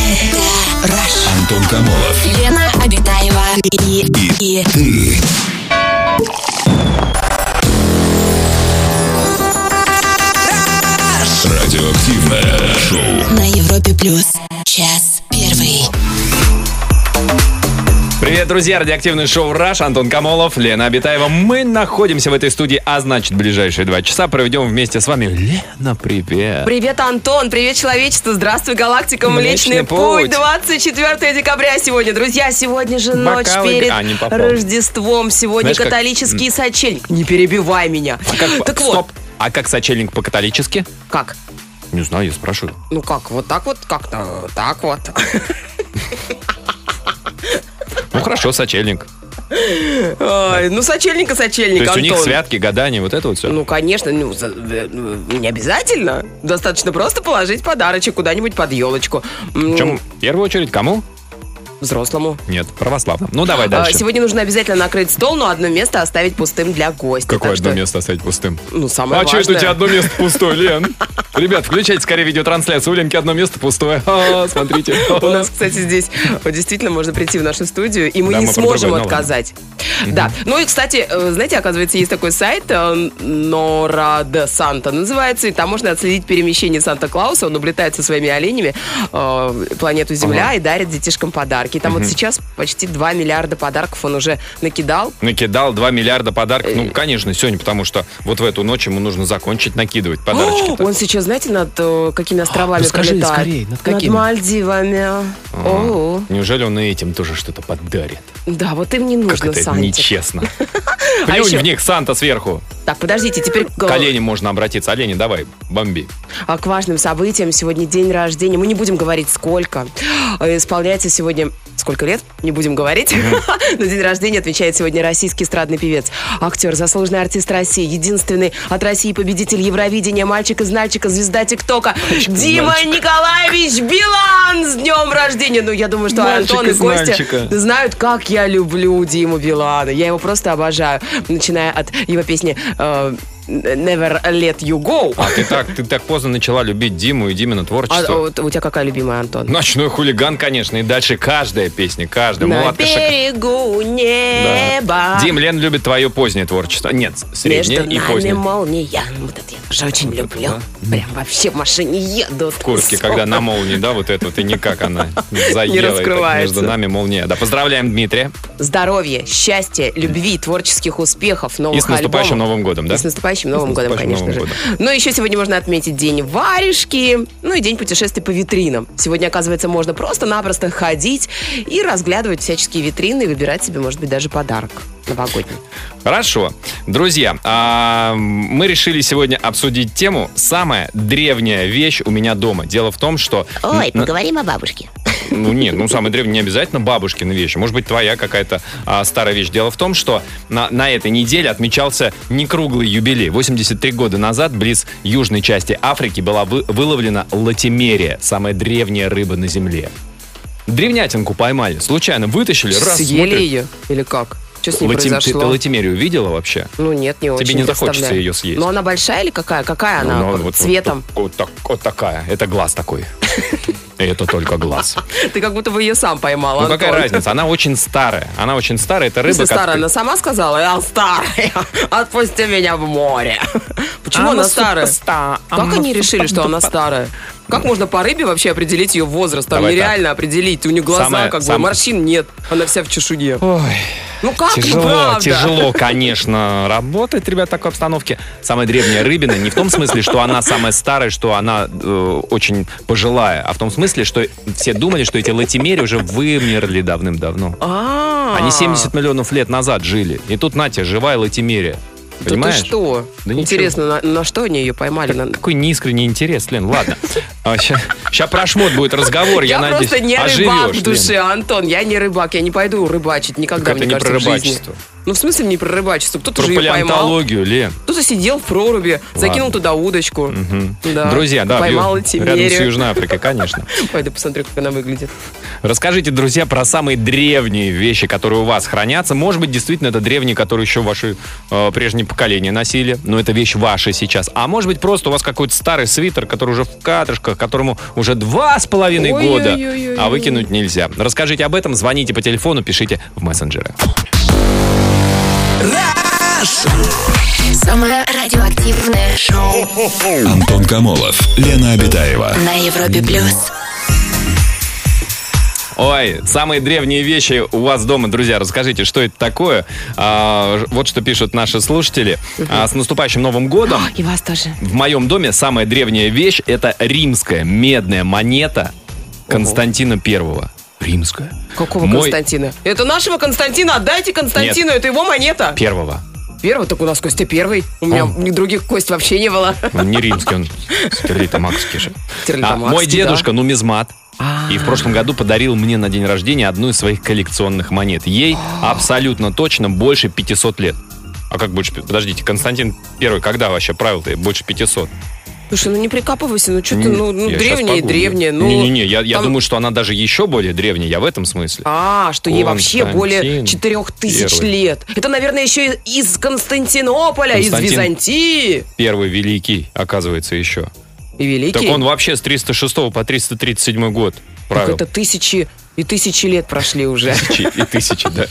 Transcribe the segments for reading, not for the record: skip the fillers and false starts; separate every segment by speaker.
Speaker 1: Антон Камолов,
Speaker 2: Лена Обитаева
Speaker 1: и ты. Радиоактивное шоу
Speaker 2: на Европе Плюс. Час первый.
Speaker 3: Привет, друзья! Радиоактивное шоу «Раш». Антон Камолов, Лена Обитаева. Мы находимся в этой студии, а значит, ближайшие 2 часа проведем вместе с вами. Лена, привет!
Speaker 4: Привет, Антон! Привет, человечество! Здравствуй, галактика! Млечный путь! 24 декабря сегодня. Друзья, сегодня же ночь перед Рождеством. Сегодня
Speaker 3: знаешь,
Speaker 4: католический сочельник. Не перебивай меня. Так вот.
Speaker 3: Стоп. А как сочельник по-католически?
Speaker 4: Как?
Speaker 3: Не знаю, я спрашиваю.
Speaker 4: Ну как, вот так вот? Как-то так вот.
Speaker 3: Ну хорошо, сочельник.
Speaker 4: Ой, ну сочельник и сочельник,
Speaker 3: То есть
Speaker 4: Антон.
Speaker 3: у них святки, гадания, вот это вот все?
Speaker 4: Ну, конечно, не обязательно. Достаточно просто положить подарочек куда-нибудь под елочку.
Speaker 3: Причем, в первую очередь, кому?
Speaker 4: Взрослому.
Speaker 3: Нет, православным. Ну, давай дальше.
Speaker 4: Сегодня нужно обязательно накрыть стол, но одно место оставить пустым для гостя.
Speaker 3: Какое одно место оставить пустым?
Speaker 4: Ну, самое
Speaker 3: важное. А что это у тебя одно место пустое, Лен? Ребят, включайте скорее видеотрансляцию. У Ленки одно место пустое. Смотрите.
Speaker 4: У нас, кстати, здесь действительно можно прийти в нашу студию, и мы не сможем отказать. Да. Ну и, кстати, знаете, оказывается, есть такой сайт Нора де Санта называется, и там можно отследить перемещение Санта-Клауса. Он облетает со своими оленями планету Земля и дарит детишкам подарки. И там вот сейчас почти 2 миллиарда подарков он уже накидал.
Speaker 3: Накидал 2 миллиарда подарков. Ну, конечно, сегодня, потому что вот в эту ночь ему нужно закончить накидывать подарочки.
Speaker 4: Он сейчас, знаете, над какими островами
Speaker 3: скажи
Speaker 4: пролетает?
Speaker 3: Скорее, над какими?
Speaker 4: Над Мальдивами.
Speaker 3: Неужели он и этим тоже что-то подарит?
Speaker 4: Да, вот им не нужно,
Speaker 3: как это
Speaker 4: Сантик.
Speaker 3: нечестно. Плюнь в них, Санта, сверху.
Speaker 4: Так, подождите, теперь...
Speaker 3: К оленям можно обратиться. Олени, давай, бомби.
Speaker 4: А к важным событиям. Сегодня день рождения. Мы не будем говорить, сколько. Исполняется сегодня... Сколько лет? Не будем говорить. На день рождения отвечает сегодня российский эстрадный певец. Актер, заслуженный артист России. Единственный от России победитель Евровидения. Мальчик из Нальчика, звезда ТикТока. Дима Николаевич Билан! С днем рождения! Ну, я думаю, что Антон и Костя знают, как я люблю Диму Билана. Я его просто обожаю. Начиная от его песни... Never Let You Go.
Speaker 3: А ты так поздно начала любить Диму и Димина творчество.
Speaker 4: А у тебя какая любимая, Антон?
Speaker 3: «Ночной хулиган», конечно. И дальше каждая песня, каждая.
Speaker 4: На берегу неба.
Speaker 3: Да. Дим, Лен любит твое позднее творчество. Нет, среднее и позднее.
Speaker 4: Молния. Вот это я тоже очень люблю. Прям вообще в машине еду.
Speaker 3: В Курске, когда на молнии, да, вот это вот, и никак она заела. Между нами молния. Да, поздравляем Дмитрия.
Speaker 4: Здоровья, счастья, любви, творческих успехов, новых альбомов.
Speaker 3: И с наступающим Новым годом, да?
Speaker 4: И с наступающим Новым годом, конечно же. Но еще сегодня можно отметить день варежки, ну и день путешествий по витринам. Сегодня, оказывается, можно просто-напросто ходить и разглядывать всяческие витрины и выбирать себе, может быть, даже подарок новогодний.
Speaker 3: Хорошо. Друзья, мы решили сегодня обсудить тему «Самая древняя вещь у меня дома». Дело в том, что...
Speaker 2: Ой, поговорим о бабушке.
Speaker 3: Ну нет, самая древняя не обязательно бабушкина вещь. Может быть, твоя какая-то старая вещь. Дело в том, что на этой неделе отмечался некруглый юбилей. 83 года назад близ южной части Африки была выловлена латимерия, самая древняя рыба на Земле. Древнятинку поймали, случайно вытащили.
Speaker 4: Съели ее или как? Что с ней произошло?
Speaker 3: Ты латимерию видела вообще?
Speaker 4: Ну нет, не очень.
Speaker 3: Тебе не захочется ее съесть.
Speaker 4: Но она большая или какая? Какая она цветом?
Speaker 3: Вот такая. Это глаз такой. Это только глаз.
Speaker 4: Ты как будто бы ее сам поймал, Антон.
Speaker 3: Ну какая разница? Она очень старая. Это рыба.
Speaker 4: Старая, она сама сказала, я старая, отпусти меня в море. Почему она старая? Как они решили, что она старая? Как можно по рыбе вообще определить ее возраст? Там нереально определить. У нее глаза морщин нет. Она вся в чешуе.
Speaker 3: Ой.
Speaker 4: Ну как,
Speaker 3: Тяжело, конечно, работать, ребят, в такой обстановке. Самая древняя рыбина не в том смысле, что она самая старая, что она очень пожилая, а в том смысле, что все думали, что эти латимерии уже вымерли давным-давно. Они 70 миллионов лет назад жили. И тут, Натя, живая латимерия. Понимаешь?
Speaker 4: Да ты что?
Speaker 3: Да
Speaker 4: интересно, на что они ее поймали?
Speaker 3: Какой неискренний интерес, Лен. Ладно. Сейчас про шмот будет разговор, я надеюсь,
Speaker 4: просто не рыбак в душе, Антон. Я не рыбак, я не пойду рыбачить никогда, мне кажется, в жизни. Это не про рыбачество. Ну, в смысле не про рыбачество? Кто-то же ее поймал. Про палеонтологию,
Speaker 3: Лен.
Speaker 4: Кто-то сидел в проруби, закинул туда удочку. Да.
Speaker 3: Друзья, да,
Speaker 4: поймал латимерию.
Speaker 3: Рядом с Южной Африкой, конечно.
Speaker 4: Пойду посмотрю, как она выглядит.
Speaker 3: Расскажите, друзья, про самые древние вещи, которые у вас хранятся. Может быть, действительно, это древние, которые еще ваши прежние поколения носили. Но это вещь ваша сейчас. А может быть, просто у вас какой-то старый свитер, который уже в катрушках, которому уже 2,5 года. а выкинуть нельзя. Расскажите об этом, звоните по телефону, пишите в мессенджеры.
Speaker 2: Самое радиоактивное шоу
Speaker 1: Антон Камолов, Лена Обитаева.
Speaker 2: на Европе плюс.
Speaker 3: Ой, самые древние вещи у вас дома, друзья. Расскажите, что это такое? Вот что пишут наши слушатели. С наступающим Новым годом.
Speaker 4: И вас тоже.
Speaker 3: В моем доме самая древняя вещь — это римская медная монета Константина Первого. Римская.
Speaker 4: Какого Константина? Это нашего Константина. Отдайте Константину,
Speaker 3: Нет.
Speaker 4: это его монета.
Speaker 3: Первого.
Speaker 4: Первый, так у нас Костя первый. У меня других Кость вообще не было.
Speaker 3: Он не римский, он стерлитамакский же.
Speaker 4: Стерлитамакский,
Speaker 3: Мой дедушка
Speaker 4: да.
Speaker 3: нумизмат. И в прошлом году подарил мне на день рождения одну из своих коллекционных монет. Ей абсолютно точно больше 500 лет. А как больше? Подождите, Константин Первый когда вообще правил-то? Больше 500.
Speaker 4: Слушай, ну не прикапывайся, ну что ты,
Speaker 3: Я щас
Speaker 4: древнее и
Speaker 3: погуглю.
Speaker 4: древнее. Ну,
Speaker 3: Не-не-не, я
Speaker 4: там-
Speaker 3: думаю, что она даже еще более древняя, я в этом смысле.
Speaker 4: что ей вообще более
Speaker 3: Константин
Speaker 4: 4000
Speaker 3: Первый.
Speaker 4: лет. Это, наверное, еще из Константинополя, из
Speaker 3: Константин
Speaker 4: Византии.
Speaker 3: Первый великий, оказывается, еще.
Speaker 4: И великий.
Speaker 3: Так он вообще с 306 по 337 год
Speaker 4: Так
Speaker 3: правил.
Speaker 4: это тысячи и тысячи лет прошли уже.
Speaker 3: Тысячи, да.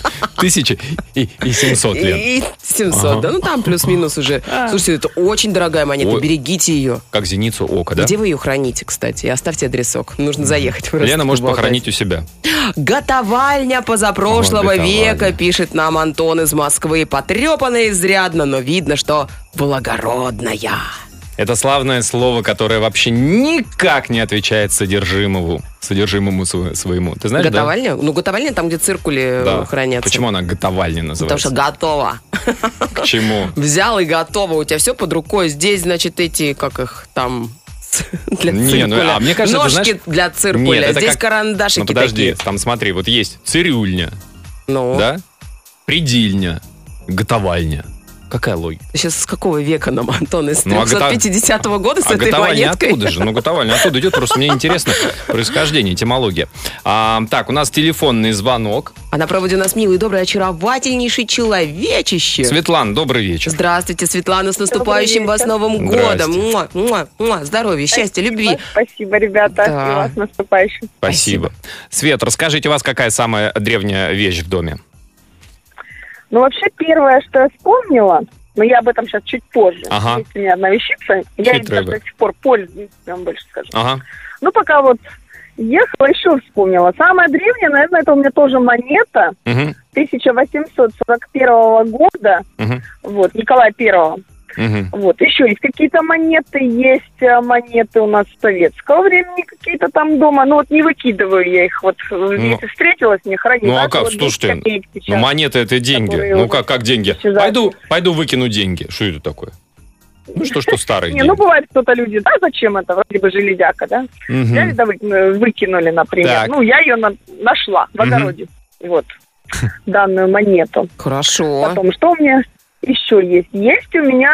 Speaker 3: 1700 лет.
Speaker 4: И 700,
Speaker 3: Ага.
Speaker 4: да, ну там плюс-минус уже. Слушайте, это очень дорогая монета,
Speaker 3: Ой.
Speaker 4: берегите ее.
Speaker 3: Как зеницу ока, да?
Speaker 4: Где вы ее храните, кстати? И оставьте адресок. Нужно заехать. просто
Speaker 3: Лена может
Speaker 4: поболтать.
Speaker 3: похоронить у себя.
Speaker 4: Готовальня позапрошлого
Speaker 3: О, готовальня.
Speaker 4: века, пишет нам Антон из Москвы. Потрепанная изрядно, но видно, что благородная.
Speaker 3: Это славное слово, которое вообще никак не отвечает содержимому своему. Ты знаешь,
Speaker 4: Готовальня? Ну, готовальня там, где циркули
Speaker 3: да?
Speaker 4: хранятся.
Speaker 3: Почему она готовальня
Speaker 4: Потому
Speaker 3: называется?
Speaker 4: что готово.
Speaker 3: К чему?
Speaker 4: Взял и готово. У тебя все под рукой. Здесь, значит, эти, как их там... Для
Speaker 3: Не,
Speaker 4: циркуля.
Speaker 3: ну, а мне кажется, ты
Speaker 4: Ножки
Speaker 3: знаешь-
Speaker 4: для циркуля.
Speaker 3: Нет, это
Speaker 4: Здесь
Speaker 3: как-
Speaker 4: карандашики
Speaker 3: Ну подожди,
Speaker 4: такие.
Speaker 3: там смотри, вот есть цирюльня,
Speaker 4: Ну,
Speaker 3: да? Предильня, готовальня. Какая логика?
Speaker 4: сейчас с какого века нам, Антон? Из
Speaker 3: Ну, а
Speaker 4: 350 года с
Speaker 3: А
Speaker 4: этой
Speaker 3: готовальня
Speaker 4: монеткой?
Speaker 3: оттуда же. Ну, готовальня оттуда идет. Просто мне интересно происхождение, этимология. Так, у нас телефонный звонок.
Speaker 4: А на проводе у нас милый, добрый, очаровательнейший человечище.
Speaker 3: Светлана, добрый вечер.
Speaker 4: Здравствуйте, Светлана, с наступающим вас
Speaker 5: вечер.
Speaker 4: Новым
Speaker 3: Здрасте.
Speaker 4: годом. Муа, муа, муа. Здоровья, счастья, любви.
Speaker 5: Спасибо, ребята.
Speaker 4: Да.
Speaker 5: И вас с наступающим.
Speaker 3: Спасибо. Свет, расскажите, у вас какая самая древняя вещь в доме?
Speaker 5: Ну, вообще, первое, что я вспомнила, но я об этом сейчас чуть позже.
Speaker 3: Ага.
Speaker 5: Есть у меня одна вещица, я ей
Speaker 3: Хитрая, да.
Speaker 5: до сих пор пользуюсь, я вам больше скажу.
Speaker 3: Ага.
Speaker 5: Ну, пока вот ехала, еще вспомнила. Самая древняя, наверное, это у меня тоже монета
Speaker 3: Угу.
Speaker 5: 1841 года,
Speaker 3: Угу.
Speaker 5: вот, Николая Первого.
Speaker 3: Угу.
Speaker 5: Вот, еще есть какие-то монеты, есть монеты у нас советского времени какие-то там дома, но вот не выкидываю я их, вот если встретилась, не храню.
Speaker 3: Ну, а
Speaker 5: Даже
Speaker 3: как?
Speaker 5: вот 10
Speaker 3: Слушайте,
Speaker 5: копеек сейчас.
Speaker 3: Ну, монеты — это деньги.
Speaker 5: которые
Speaker 3: Ну,
Speaker 5: уже
Speaker 3: как деньги?
Speaker 5: исчезают.
Speaker 3: Пойду выкину деньги. Что это такое? Ну, что старые
Speaker 5: Не,
Speaker 3: деньги.
Speaker 5: ну бывает кто-то люди, да, зачем это, вроде бы железяка, да?
Speaker 3: Мгм.
Speaker 5: Взяли, да, выкинули, например.
Speaker 3: Так.
Speaker 5: Ну, я ее нашла в
Speaker 3: Мгм.
Speaker 5: огороде, вот, данную монету.
Speaker 4: Хорошо.
Speaker 5: Потом, что у меня еще есть? Есть у меня,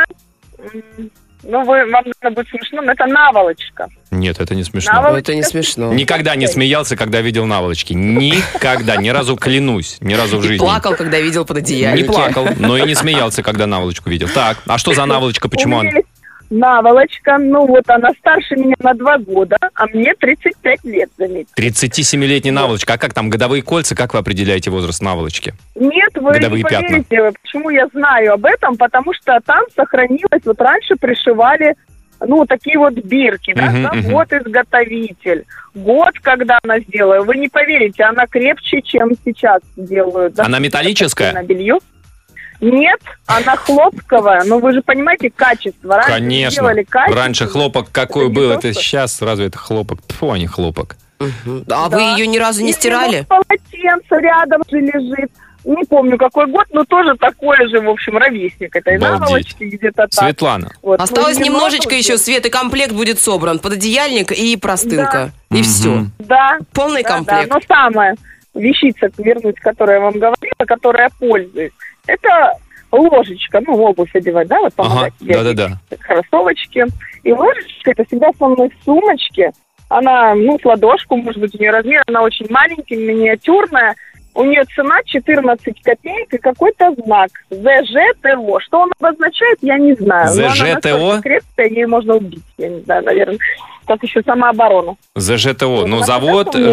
Speaker 5: ну, вам, наверное, будет смешно, но это наволочка.
Speaker 3: Нет, это не смешно.
Speaker 5: Наволочка.
Speaker 4: Это не смешно.
Speaker 3: Никогда не смеялся, когда видел наволочки. Никогда. Ни разу клянусь. Ни разу в
Speaker 4: И
Speaker 3: жизни.
Speaker 4: плакал, когда видел пододеяльники.
Speaker 3: Не плакал, но и не смеялся, когда наволочку видел. Так, а что за наволочка? Почему
Speaker 5: У
Speaker 3: она?
Speaker 5: меня есть наволочка, ну, вот она старше меня на 2 года, а мне 35 лет, заметьте.
Speaker 3: 37-летняя наволочка. А как там, годовые кольца? Как вы определяете возраст наволочки?
Speaker 5: Нет, вы
Speaker 3: Годовые
Speaker 5: не
Speaker 3: пятна.
Speaker 5: поверите, почему я знаю об этом, потому что там сохранилось, вот раньше пришивали, ну, такие вот бирки, да,
Speaker 3: Мгм,
Speaker 5: завод-изготовитель, год, когда она сделала, вы не поверите, она крепче, чем сейчас делают.
Speaker 3: Она металлическая?
Speaker 5: На белье. Нет, она хлопковая, но вы же понимаете качество. Раньше
Speaker 3: Конечно.
Speaker 5: делали качество.
Speaker 3: Раньше хлопок какой
Speaker 5: Это не
Speaker 3: был,
Speaker 5: просто-
Speaker 3: это сейчас разве это хлопок? Тьфу, а не хлопок.
Speaker 4: Мгм. А
Speaker 5: Да.
Speaker 4: вы ее ни разу не
Speaker 5: И
Speaker 4: стирали?
Speaker 5: вот полотенце рядом же лежит. Не помню, какой год, но тоже такое же, в общем, ровесник этой
Speaker 3: Обалдеть.
Speaker 5: наволочки где-то так.
Speaker 3: Светлана,
Speaker 5: Вот.
Speaker 4: Осталось
Speaker 5: Ну,
Speaker 4: немножечко
Speaker 5: немного,
Speaker 4: еще, Свет, и комплект будет собран. Пододеяльник и простынка. И
Speaker 3: Мгм.
Speaker 4: все.
Speaker 5: Да.
Speaker 4: Полный
Speaker 5: да,
Speaker 4: комплект.
Speaker 5: Да. Но самая вещица, вернуть, которую я вам говорила, которой я пользуюсь, это ложечка, ну, обувь одевать, да, вот помогать.
Speaker 3: ага, да-да-да.
Speaker 5: Кроссовочки. И ложечка, это всегда со мной в сумочке. Она, ну, с ладошку, может быть, у нее размер, она очень маленькая, миниатюрная. У нее цена 14 копеек и какой-то знак. ЗЖТО. Что он обозначает, я не знаю. Но она
Speaker 3: ЗЖТО?
Speaker 5: настолько крепкая, ей можно убить. Я не знаю, наверное. Как еще самооборона.
Speaker 3: ЗЖТО.
Speaker 5: Вот,
Speaker 3: Ну,
Speaker 5: а
Speaker 3: завод,
Speaker 5: сейчас у меня-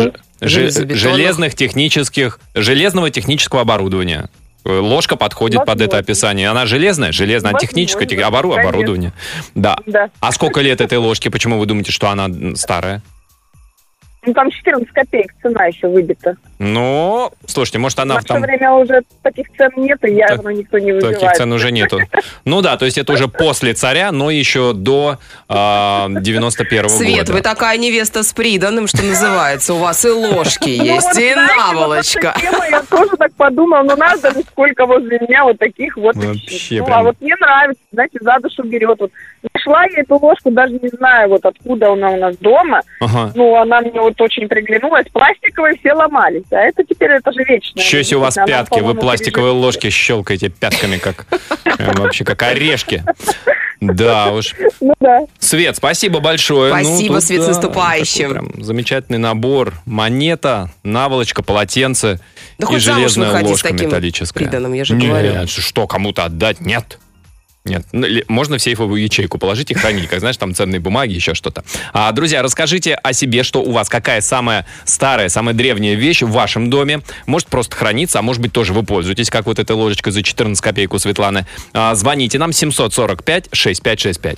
Speaker 3: железного технического оборудования. Ложка подходит под это описание. Она железная, техническое оборудование. Да. А сколько лет этой ложке? Почему вы думаете, что она старая?
Speaker 5: Ну, там 14 копеек цена еще выбита.
Speaker 3: Ну, слушайте, может, она
Speaker 5: в наше время уже таких цен нету, явно никто не выбивает.
Speaker 3: Таких цен уже нету. Ну да, то есть это уже после царя, но еще до 91-го года.
Speaker 4: Свет, вы такая невеста с приданым, что называется. У вас и ложки есть, и наволочка.
Speaker 5: Я тоже так подумала, ну надо ли сколько возле меня вот таких вот.
Speaker 3: Вообще
Speaker 5: а вот мне нравится, знаете, за душу берет. Вот нашла я эту ложку, даже не знаю, вот откуда она у нас дома. Ну, она мне вот очень приглянулась. Пластиковые все ломались. А это теперь, это же вечно.
Speaker 3: Еще если у вас пятки, вы пластиковые ложки щелкаете пятками, как вообще как орешки. Да уж.
Speaker 5: Ну да.
Speaker 3: Свет, спасибо большое.
Speaker 4: Спасибо, Свет, с наступающим.
Speaker 3: Прям замечательный набор. Монета, наволочка, полотенце и железная ложка металлическая.
Speaker 4: Приданым, я же говорю.
Speaker 3: Нет, что, кому-то отдать? Нет. Нет, можно в сейфовую ячейку положить и хранить, как знаешь, там ценные бумаги, еще что-то. Друзья, расскажите о себе, что у вас, какая самая старая, самая древняя вещь в вашем доме. Может просто храниться, а может быть тоже вы пользуетесь, как вот этой ложечкой за 14 копеек у Светланы. Звоните нам 745-6565.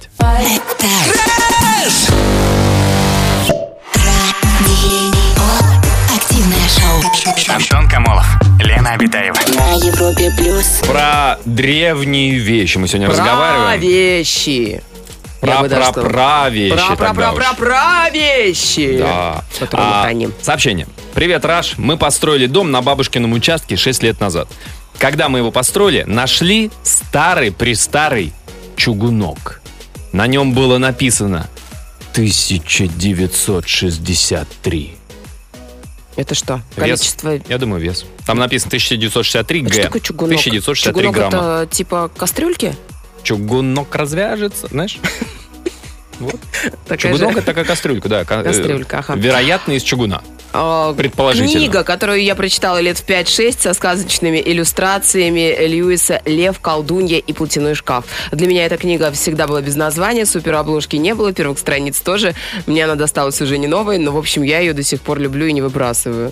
Speaker 2: Активное шоу.
Speaker 6: Антон Камолов, Лена Обитаева.
Speaker 2: На Европе Плюс.
Speaker 3: Про древние вещи мы сегодня разговариваем.
Speaker 4: Про вещи.
Speaker 3: Про вещи. Да.
Speaker 4: Которые мы храним.
Speaker 3: Сообщение. Привет, Раш. Мы построили дом на бабушкином участке 6 лет назад. Когда мы его построили, нашли старый-престарый чугунок. На нем было написано 1963.
Speaker 4: Это что?
Speaker 3: Вес.
Speaker 4: Количество...
Speaker 3: Я думаю, вес. Там написано 1963 г.
Speaker 4: Что такое чугунок?
Speaker 3: 1963
Speaker 4: чугунок
Speaker 3: грамма.
Speaker 4: Это типа кастрюльки?
Speaker 3: Чугунок развяжется, знаешь? Вот.
Speaker 4: Такая
Speaker 3: Чугунок
Speaker 4: же...
Speaker 3: это такая кастрюлька, да.
Speaker 4: Кастрюлька, ага.
Speaker 3: Вероятно, из чугуна. Предположительно.
Speaker 4: Книга, которую я прочитала лет в 5-6 со сказочными иллюстрациями Льюиса «Лев, колдунья и платяной шкаф». Для меня эта книга всегда была без названия, суперобложки не было, первых страниц тоже. Мне она досталась уже не новой, но, в общем, я ее до сих пор люблю и не выбрасываю.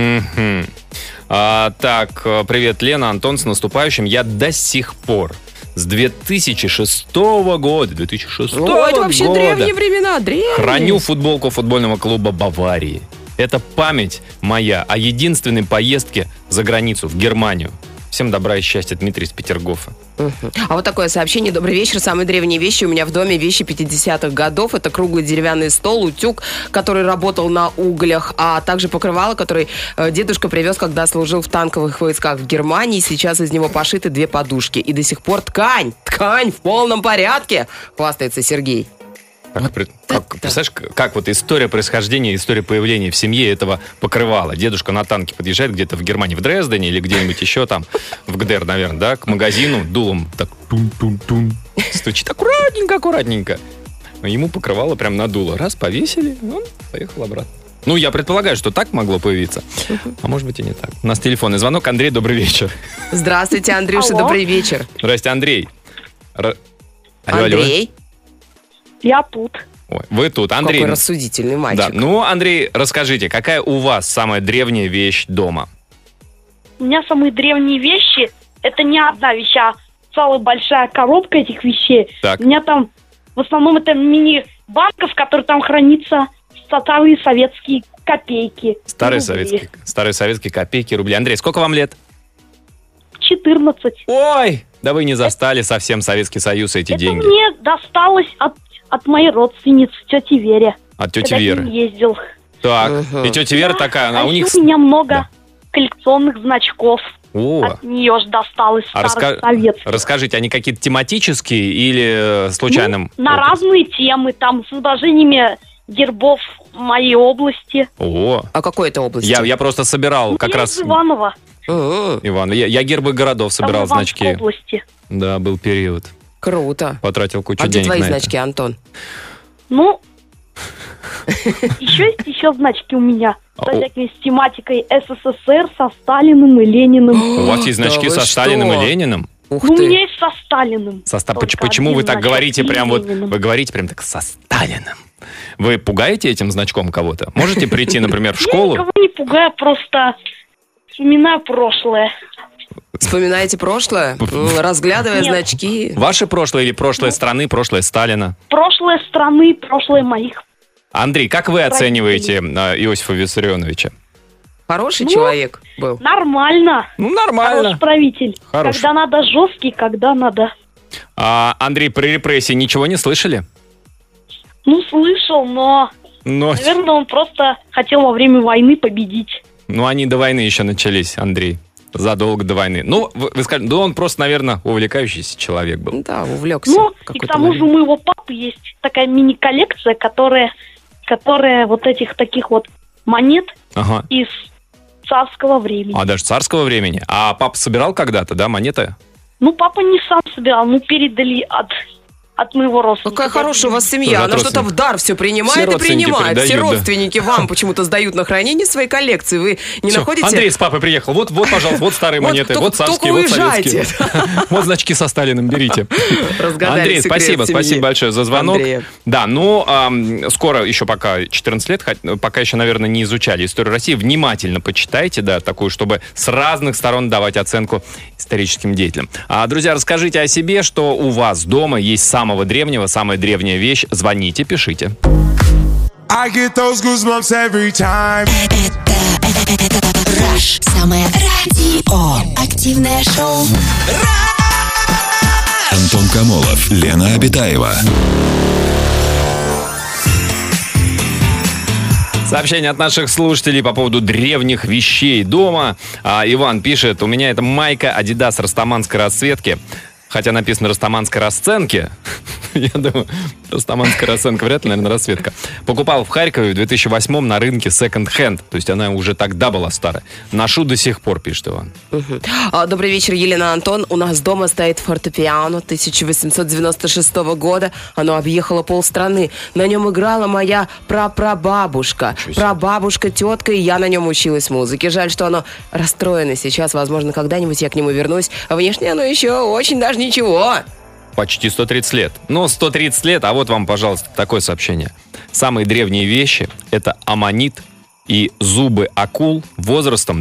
Speaker 3: Так, привет, Лена, Антон, с наступающим. Я до сих пор с 2006 года. 2006
Speaker 4: это вообще
Speaker 3: года
Speaker 4: древние времена, древние.
Speaker 3: Храню футболку футбольного клуба «Баварии». Это память моя о единственной поездке за границу, в Германию. Всем добра и счастья, Дмитрий из Петергофа.
Speaker 4: А вот такое сообщение. Добрый вечер. Самые древние вещи у меня в доме. Вещи 50-х годов. Это круглый деревянный стол, утюг, который работал на углях, а также покрывало, который дедушка привез, когда служил в танковых войсках в Германии. Сейчас из него пошиты 2 подушки. И до сих пор ткань в полном порядке, хвастается Сергей.
Speaker 3: Представляешь, как вот история происхождения, история появления в семье этого покрывала. Дедушка на танке подъезжает где-то в Германии, в Дрездене или где-нибудь еще там, в ГДР, наверное, да, к магазину, дулом так тун-тун-тун, стучит аккуратненько. Ему покрывало прям надуло. Раз, повесили, он поехал обратно. Ну, я предполагаю, что так могло появиться. А может быть и не так. У нас телефонный звонок. Андрей, добрый вечер.
Speaker 4: Здравствуйте, Андрюша,
Speaker 5: Алло.
Speaker 4: добрый вечер.
Speaker 3: Здрасте, Андрей.
Speaker 4: Андрей?
Speaker 5: Я тут.
Speaker 3: Ой, вы тут, Андрей.
Speaker 4: Какой рассудительный мальчик.
Speaker 3: Да. Ну, Андрей, расскажите, какая у вас самая древняя вещь дома?
Speaker 7: У меня самые древние вещи, это не одна вещь, а целая большая коробка этих вещей.
Speaker 3: Так.
Speaker 7: У меня там, в основном, это мини-банка, в которой там хранятся старые советские копейки.
Speaker 3: Старые
Speaker 7: рубли.
Speaker 3: советские копейки, рубли. Андрей, сколько вам лет?
Speaker 7: 14.
Speaker 3: Ой, да вы не застали совсем Советский Союз и эти
Speaker 7: Это
Speaker 3: деньги.
Speaker 7: мне досталось от моей родственницы, тети Вере.
Speaker 3: От тети
Speaker 7: когда
Speaker 3: Веры.
Speaker 7: к ней ездил.
Speaker 3: Так,
Speaker 4: Ага.
Speaker 3: и тетя Вера такая, она
Speaker 7: А
Speaker 3: у них...
Speaker 7: еще у меня много
Speaker 3: Да.
Speaker 7: коллекционных значков.
Speaker 3: О,
Speaker 7: От нее же досталось
Speaker 3: а
Speaker 7: старых советских.
Speaker 3: расскажите, они какие-то тематические или случайным?
Speaker 7: На
Speaker 3: образом?
Speaker 7: разные темы, там, с изображениями гербов моей области.
Speaker 3: О,
Speaker 4: А какой это области?
Speaker 3: я просто собирал как
Speaker 7: Я
Speaker 3: раз...
Speaker 7: из Иваново.
Speaker 3: Иван, я гербы городов собирал,
Speaker 7: там, в
Speaker 3: значки.
Speaker 7: Ивановской области.
Speaker 3: Да, был период.
Speaker 4: Круто.
Speaker 3: Потратил кучу
Speaker 4: А где
Speaker 3: денег
Speaker 4: твои
Speaker 3: на
Speaker 4: значки,
Speaker 3: это.
Speaker 4: Антон?
Speaker 7: Ну, еще значки у меня.
Speaker 3: А,
Speaker 7: С всякими с тематикой СССР, со Сталиным и Лениным.
Speaker 3: У вас есть
Speaker 4: Да
Speaker 3: значки
Speaker 4: вы
Speaker 3: со Сталиным
Speaker 4: что?
Speaker 3: и Лениным?
Speaker 4: Ух
Speaker 7: Ну, у
Speaker 4: ты.
Speaker 7: меня есть со Сталиным. Только
Speaker 3: Почему вы
Speaker 7: один
Speaker 3: так
Speaker 7: значок,
Speaker 3: говорите
Speaker 7: и
Speaker 3: прям вот...
Speaker 7: Лениным.
Speaker 3: Вы говорите прям так со Сталиным. Вы пугаете этим значком кого-то? Можете прийти, например, в
Speaker 7: Я
Speaker 3: школу?
Speaker 7: никого не пугаю, просто вспоминаю прошлое.
Speaker 4: Вспоминаете прошлое? Разглядывая
Speaker 7: Нет.
Speaker 4: значки?
Speaker 3: Ваше прошлое или прошлое страны, прошлое Сталина?
Speaker 7: Прошлое страны, прошлое моих.
Speaker 3: Андрей, как вы оцениваете Иосифа Виссарионовича?
Speaker 4: Хороший человек был.
Speaker 7: Нормально.
Speaker 3: Ну,
Speaker 7: Хороший
Speaker 3: нормально.
Speaker 7: правитель.
Speaker 3: Хороший.
Speaker 7: Когда надо жесткий, когда надо...
Speaker 3: Андрей, про репрессии ничего не слышали?
Speaker 7: Ну, слышал, но,
Speaker 3: Но,
Speaker 7: наверное, он просто хотел во время войны победить.
Speaker 3: они до войны еще начались, Андрей. Задолго до войны. Ну, вы скажете, да он просто, наверное, увлекающийся человек был.
Speaker 4: Да, увлекся.
Speaker 7: Ну, и к
Speaker 4: какой-то
Speaker 7: тому же у
Speaker 4: момент.
Speaker 7: моего папы есть такая мини-коллекция, которая вот этих таких вот монет
Speaker 3: Ага.
Speaker 7: из царского времени.
Speaker 3: А даже царского времени. А папа собирал когда-то, да, монеты?
Speaker 7: Ну, папа не сам собирал, передали от моего родственника.
Speaker 4: Какая хорошая у вас
Speaker 3: Тоже
Speaker 4: семья.
Speaker 3: от
Speaker 4: Она что-то в дар все принимает
Speaker 3: Все
Speaker 4: и
Speaker 3: родственники
Speaker 4: принимает. Все
Speaker 3: передают, да.
Speaker 4: родственники вам почему-то сдают на хранение свои коллекции. Вы не
Speaker 3: Всё,
Speaker 4: находите?
Speaker 3: Андрей с папой приехал. Вот, пожалуйста, вот старые
Speaker 4: Вот
Speaker 3: монеты,
Speaker 4: только-
Speaker 3: вот царские,
Speaker 4: только
Speaker 3: вот советские.
Speaker 4: уезжайте.
Speaker 3: Вот значки со Сталиным берите.
Speaker 4: Разгадали
Speaker 3: Андрей,
Speaker 4: секрет
Speaker 3: спасибо
Speaker 4: семьи
Speaker 3: большое за звонок.
Speaker 4: Андрея.
Speaker 3: Да, скоро еще пока 14 лет, пока еще, наверное, не изучали историю России. Внимательно почитайте, да, такую, чтобы с разных сторон давать оценку историческим деятелям. Друзья, расскажите о себе, что у вас дома есть самая древняя вещь. Звоните, пишите.
Speaker 8: I get those goosebumps every time.
Speaker 2: Это Rush. Самое радио. Активное шоу.
Speaker 1: Антон Камолов, Лена Обитаева.
Speaker 3: Сообщение от наших слушателей по поводу древних вещей дома. Иван пишет: у меня это майка Adidas растаманской расцветки. Хотя написано растаманской расценки. Я думаю, растаманская расценка вряд ли, наверное, расцветка. Покупал в Харькове в 2008-м на рынке секонд-хенд. То есть она уже тогда была старая. Ношу до сих пор, пишет Иван.
Speaker 4: Добрый вечер, Елена, Антон. У нас дома стоит фортепиано 1896 года. Оно объехало полстраны. На нем играла моя прапрабабушка. Прабабушка, тетка, и я на нем училась музыке. Жаль, что оно расстроено сейчас. Возможно, когда-нибудь я к нему вернусь. А внешне оно еще очень даже ничего.
Speaker 3: Почти 130 лет. 130 лет, а вот вам, пожалуйста, такое сообщение. Самые древние вещи – это аммонит и зубы акул возрастом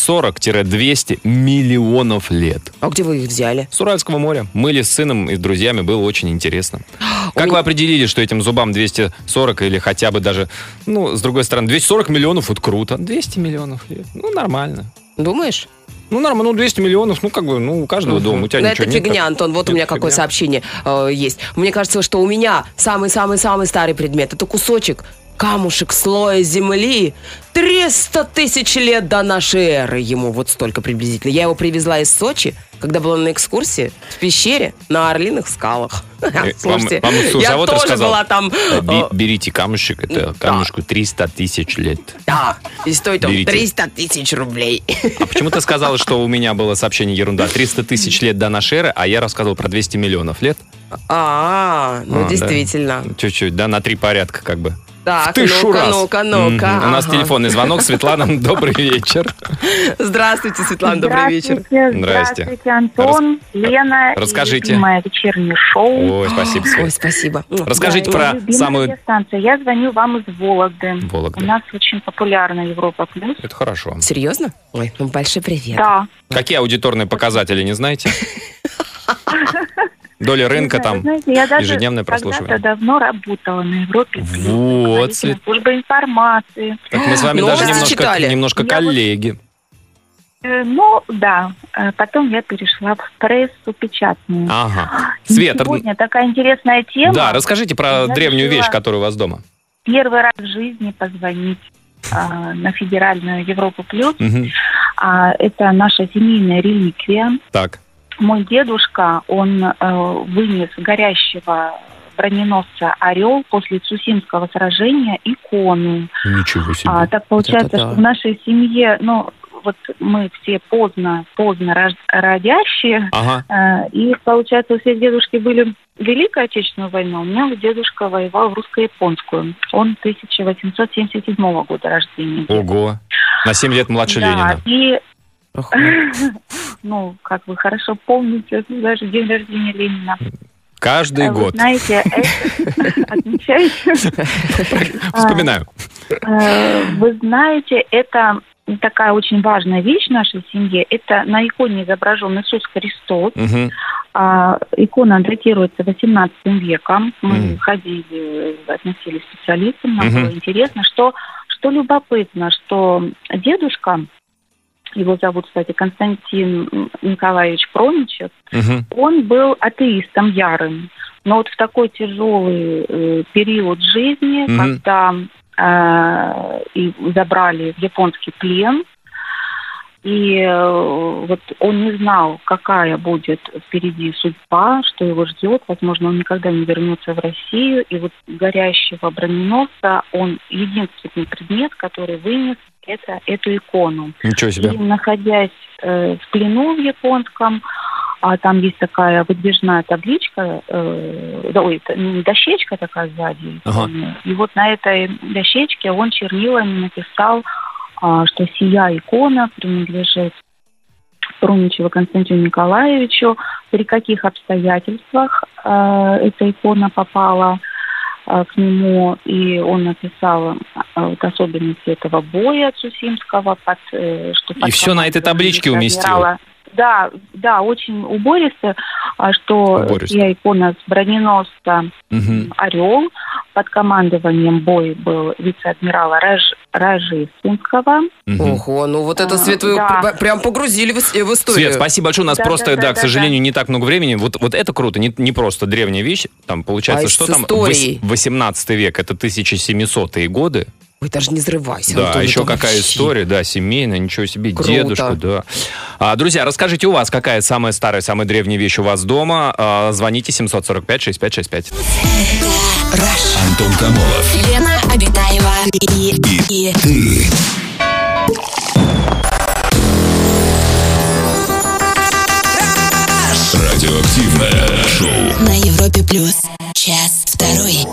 Speaker 3: 240-200 миллионов лет.
Speaker 4: А где вы их взяли?
Speaker 3: С Уральского моря. Мыли с сыном и с друзьями, было очень интересно. Как вы определили, что этим зубам 240 или хотя бы даже, с другой стороны, 240 миллионов – это круто. 200 миллионов лет, нормально.
Speaker 4: Думаешь?
Speaker 3: Нормально, 200 миллионов, у каждого дома. У тебя
Speaker 4: Это
Speaker 3: ничего
Speaker 4: фигня,
Speaker 3: нет?
Speaker 4: Антон. Вот у меня какое
Speaker 3: фигня.
Speaker 4: сообщение есть. Мне кажется, что у меня самый-самый-самый старый предмет. Это кусочек, камушек слоя земли. 300 тысяч лет до нашей эры ему вот столько приблизительно. Я его привезла из Сочи, когда была на экскурсии в пещере на Орлиных скалах. Слушайте,
Speaker 3: вам
Speaker 4: я
Speaker 3: экскурсовод
Speaker 4: тоже
Speaker 3: рассказал?
Speaker 4: была там.
Speaker 3: Берите камушек, это камушку 300 тысяч лет.
Speaker 4: Да, и стоит он
Speaker 3: Берите.
Speaker 4: 300 тысяч рублей.
Speaker 3: А почему ты сказала, что у меня было сообщение ерунда? 300 тысяч лет до нашей эры, а я рассказывал про 200 миллионов лет?
Speaker 4: Да. Действительно.
Speaker 3: Чуть-чуть, да, на 3 порядка как бы.
Speaker 4: Так,
Speaker 3: Тысячу раз.
Speaker 4: ну-ка.
Speaker 3: Мгм. У нас
Speaker 4: Ага.
Speaker 3: телефонный звонок. Светлана, добрый вечер.
Speaker 4: Здравствуйте, Светлана, добрый вечер.
Speaker 3: Здрасте.
Speaker 5: Здравствуйте, Антон, Лена.
Speaker 3: Расскажите.
Speaker 5: И любимое вечернее шоу.
Speaker 3: Ой, спасибо,
Speaker 4: Ой,
Speaker 3: Свет.
Speaker 4: спасибо.
Speaker 3: Расскажите
Speaker 5: Да, и
Speaker 3: про
Speaker 5: любимая
Speaker 3: самую...
Speaker 5: радиостанция. Я звоню вам из Вологды.
Speaker 3: Вологда.
Speaker 5: У нас очень популярна Европа Плюс.
Speaker 3: Это хорошо.
Speaker 4: Серьезно? Ой, большой привет.
Speaker 5: Да.
Speaker 3: Какие аудиторные показатели, не знаете? Доля рынка
Speaker 5: Не знаю,
Speaker 3: там,
Speaker 5: вы знаете, я даже
Speaker 3: ежедневное
Speaker 5: когда-то
Speaker 3: прослушивание.
Speaker 5: давно работала на Европе Плюс.
Speaker 3: Вот,
Speaker 5: Руководителем службы информации.
Speaker 3: Так мы с вами
Speaker 4: Новости
Speaker 3: даже
Speaker 4: читали?
Speaker 3: немножко
Speaker 5: Я
Speaker 3: коллеги.
Speaker 5: Да. Потом я перешла в прессу печатную.
Speaker 3: Ага.
Speaker 5: И
Speaker 3: Свет,
Speaker 5: сегодня такая интересная тема.
Speaker 3: да, расскажите про
Speaker 5: Я
Speaker 3: древнюю
Speaker 5: решила
Speaker 3: вещь, которая у вас дома.
Speaker 5: Первый раз в жизни позвонить на федеральную Европу Плюс.
Speaker 3: Мгм.
Speaker 5: Это наша семейная реликвия.
Speaker 3: Так.
Speaker 5: Мой дедушка, он вынес горящего броненосца «Орел» после Цусимского сражения икону.
Speaker 3: Ничего себе.
Speaker 5: Так получается,
Speaker 4: Это да.
Speaker 5: что в нашей семье, вот мы все поздно родящие,
Speaker 3: Ага.
Speaker 5: и получается, у всех дедушки были Великая Отечественная война. У меня дедушка воевал в русско-японскую. Он 1877 года рождения.
Speaker 3: Ого. На 7 лет младше Ленина.
Speaker 5: И
Speaker 4: Ох,
Speaker 5: как вы хорошо помните, даже день рождения Ленина.
Speaker 3: Каждый
Speaker 9: Вы
Speaker 3: год.
Speaker 9: знаете, отмечаете?
Speaker 3: Вспоминаю.
Speaker 9: Вы знаете, это такая очень важная вещь в нашей семье. Это на иконе изображен Иисус Христос.
Speaker 3: Мгм.
Speaker 9: Икона датируется 18 веком. Мы ходили, относились к специалистам, нам было интересно. Что любопытно, что дедушка, его зовут, кстати, Константин Николаевич Проничев, он был атеистом ярым. Но вот в такой тяжелый период жизни, когда и забрали в японский плен, и вот он не знал, какая будет впереди судьба, что его ждет. Возможно, он никогда не вернется в Россию. И вот горящего броненосца, он единственный предмет, который вынес, это эту икону.
Speaker 3: Ничего себе.
Speaker 9: И находясь в плену в японском, там есть такая выдвижная табличка, дощечка такая сзади.
Speaker 3: Ага.
Speaker 9: И вот на этой дощечке он чернилами написал, что сия икона принадлежит Проничеву Константину Николаевичу, при каких обстоятельствах эта икона попала к нему, и он написал вот особенности этого боя Цусимского,
Speaker 3: И все на этой табличке уместил.
Speaker 9: Да, очень убористо, что я икона с броненосца «Орел», под командованием боя был вице-адмирала Рожистинского.
Speaker 4: Ого, ну вот это, Свет, вы прям погрузили в историю.
Speaker 3: Свет, спасибо большое. У нас просто, к сожалению, не так много времени. Вот это круто, не просто древняя вещь. Там получается, что там 18 век, это 1700-е годы.
Speaker 4: Ой, даже не взрывайся.
Speaker 3: Да,
Speaker 4: Антон,
Speaker 3: еще какая история, да, семейная, ничего себе,
Speaker 4: круто.
Speaker 3: Дедушка, да. Друзья, расскажите у вас, какая самая старая, самая древняя вещь у вас дома. Звоните 745-6565.
Speaker 1: Антон Камолов.
Speaker 2: Лена Обитаева и
Speaker 1: ты. Радиоактивное шоу
Speaker 2: на Европе Плюс. Час второй.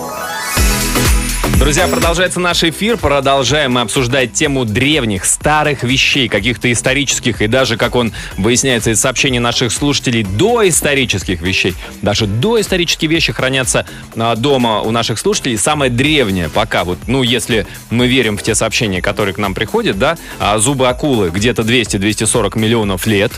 Speaker 3: Друзья, продолжается наш эфир. Продолжаем мы обсуждать тему древних, старых вещей, каких-то исторических и даже, как он выясняется из сообщений наших слушателей, доисторических вещей. Даже доисторические вещи хранятся дома у наших слушателей. Самое древнее пока, вот, ну, если мы верим в те сообщения, которые к нам приходят, да, зубы акулы где-то 200-240 миллионов лет.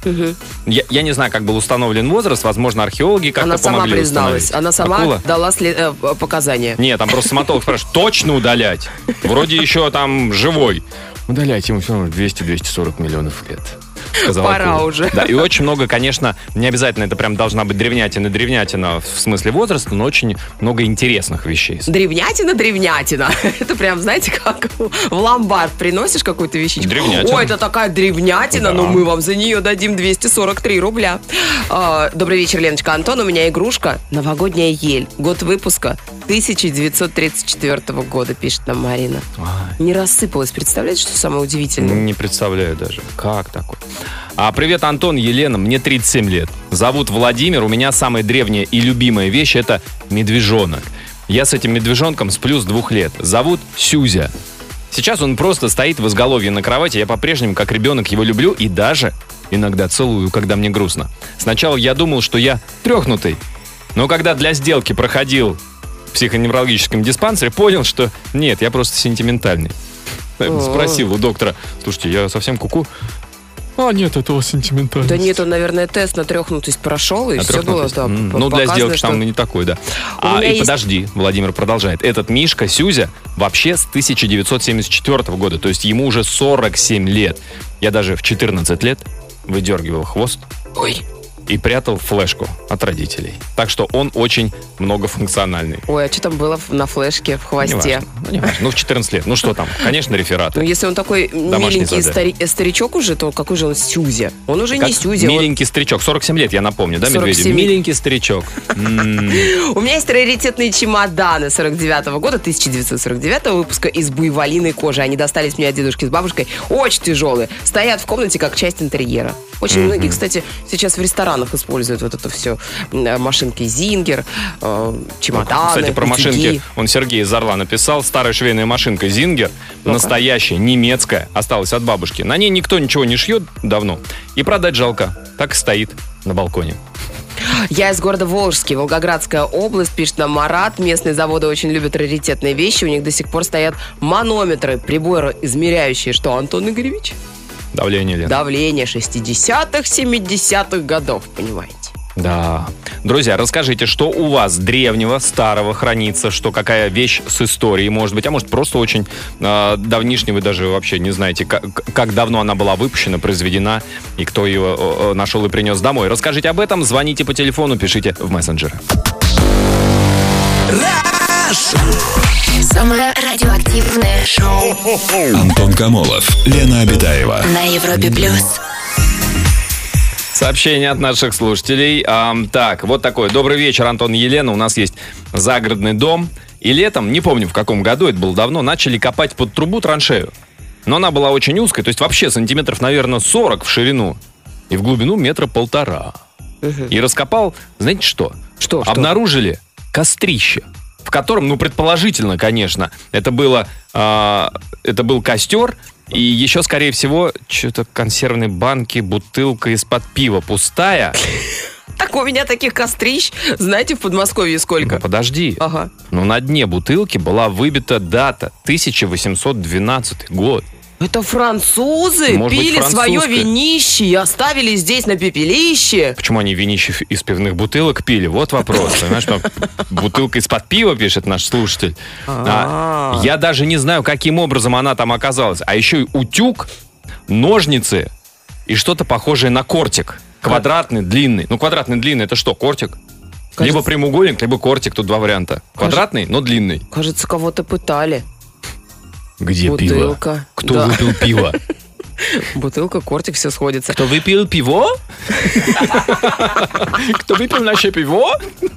Speaker 3: Я не знаю, как был установлен возраст. Возможно, археологи как-то помогли
Speaker 4: призналась.
Speaker 3: установить.
Speaker 4: Она сама
Speaker 3: Акула?
Speaker 4: дала показания.
Speaker 3: Нет, там просто стоматолог спрашивает, точно удалять? Вроде еще там живой. Удаляйте ему все равно 200-240 миллионов лет.
Speaker 4: Пора уже.
Speaker 3: Да, и очень много, конечно, не обязательно это прям должна быть древнятина в смысле возраста, но очень много интересных вещей.
Speaker 4: Древнятина. Это прям, знаете, как в ломбард приносишь какую-то вещичку.
Speaker 3: Древнятина.
Speaker 4: Ой, это такая древнятина,
Speaker 3: да.
Speaker 4: но мы вам за нее дадим 243 рубля. Добрый вечер, Леночка. Антон, у меня игрушка «Новогодняя ель». Год выпуска 1934 года, пишет нам Марина. Не рассыпалась. Представляете, что самое удивительное?
Speaker 3: Не представляю даже. Как такое? Привет, Антон, Елена, мне 37 лет. Зовут Владимир, у меня самая древняя и любимая вещь – это медвежонок. Я с этим медвежонком сплю с 2 лет. Зовут Сюзя. Сейчас он просто стоит в изголовье на кровати, я по-прежнему, как ребенок, его люблю и даже иногда целую, когда мне грустно. Сначала я думал, что я трёхнутый, но когда для сделки проходил в психоневрологическом диспансере, понял, что нет, я просто сентиментальный. Спросил у доктора: слушайте, я совсем куку? Нет, это у вас сентиментальность.
Speaker 4: Да нет, он, наверное, тест на трёхнутость прошел, и все было там.
Speaker 3: Ну, для сделки там не такой, да. Подожди, Владимир продолжает. Этот Мишка, Сюзя, вообще с 1974 года, то есть ему уже 47 лет. Я даже в 14 лет выдергивал хвост. Ой. И прятал флешку от родителей. Так что он очень многофункциональный.
Speaker 4: Ой, а что там было на флешке в хвосте?
Speaker 3: Не важно. Ну, в 14 лет. Ну, что там? Конечно, рефераты.
Speaker 4: Ну, если он такой миленький старичок уже, то какой же он Сюзя? Он уже не Сюзя.
Speaker 3: Миленький старичок. 47 лет, я напомню, да, Медведев? Миленький старичок.
Speaker 4: У меня есть раритетные чемоданы 49-го года, 1949 выпуска, из буйволиной кожи. Они достались мне от дедушки с бабушкой. Очень тяжелые. Стоят в комнате как часть интерьера. Очень многие, кстати, сейчас в ресторанах используют вот это все. Машинки Зингер, чемоданы,
Speaker 3: кстати, про машинки он Сергей из Орла написал. Старая швейная машинка Зингер, настоящая, немецкая, осталась от бабушки. На ней никто ничего не шьет давно. И продать жалко. Так и стоит на балконе.
Speaker 4: Я из города Волжский, Волгоградская область, пишет нам Марат. Местные заводы очень любят раритетные вещи. У них до сих пор стоят манометры, приборы, измеряющие. Что, Антон Игоревич?
Speaker 3: Давление, Лен.
Speaker 4: Давление 60-х, 70-х годов, понимаете.
Speaker 3: Да. Друзья, расскажите, что у вас древнего, старого хранится, что какая вещь с историей может быть, а может просто очень давнишней, вы даже вообще не знаете, как давно она была выпущена, произведена, и кто ее нашел и принес домой. Расскажите об этом, звоните по телефону, пишите в мессенджеры.
Speaker 2: Самое радиоактивное шоу
Speaker 1: Антон Камолов, Лена Обитаева.
Speaker 2: на Европе плюс.
Speaker 3: Сообщение от наших слушателей. Так, вот такое. Добрый вечер, Антон и Елена. У нас есть загородный дом. И летом, не помню в каком году, это было давно, начали копать под трубу траншею. Но она была очень узкая, то есть вообще сантиметров, наверное, 40 в ширину. И в глубину 1,5 метра. И раскопал, знаете что?
Speaker 4: Что?
Speaker 3: Обнаружили кострище, в котором, предположительно, конечно, это был костер, и еще, скорее всего, что-то консервные банки, бутылка из-под пива пустая.
Speaker 4: Так у меня таких кострищ, знаете, в Подмосковье сколько?
Speaker 3: Подожди.
Speaker 4: Ага.
Speaker 3: На дне бутылки была выбита дата 1812 год.
Speaker 4: Это французы
Speaker 3: Может быть,
Speaker 4: пили свое
Speaker 3: французское.
Speaker 4: винище и оставили здесь на пепелище.
Speaker 3: Почему они винище из пивных бутылок пили? Вот вопрос. Понимаешь, там бутылка из-под пива, пишет наш слушатель. Я даже не знаю, каким образом она там оказалась. А еще и утюг, ножницы и что-то похожее на кортик. Квадратный, длинный. Квадратный, длинный — это что, кортик?
Speaker 4: Кажется...
Speaker 3: Либо прямоугольник, либо кортик. Тут два варианта. Квадратный, но длинный.
Speaker 4: Кажется, кого-то пытали.
Speaker 3: Где
Speaker 4: бутылка.
Speaker 3: Пиво? Кто выпил пиво?
Speaker 4: Бутылка, кортик, все сходится.
Speaker 3: Кто выпил пиво? Кто выпил наше пиво?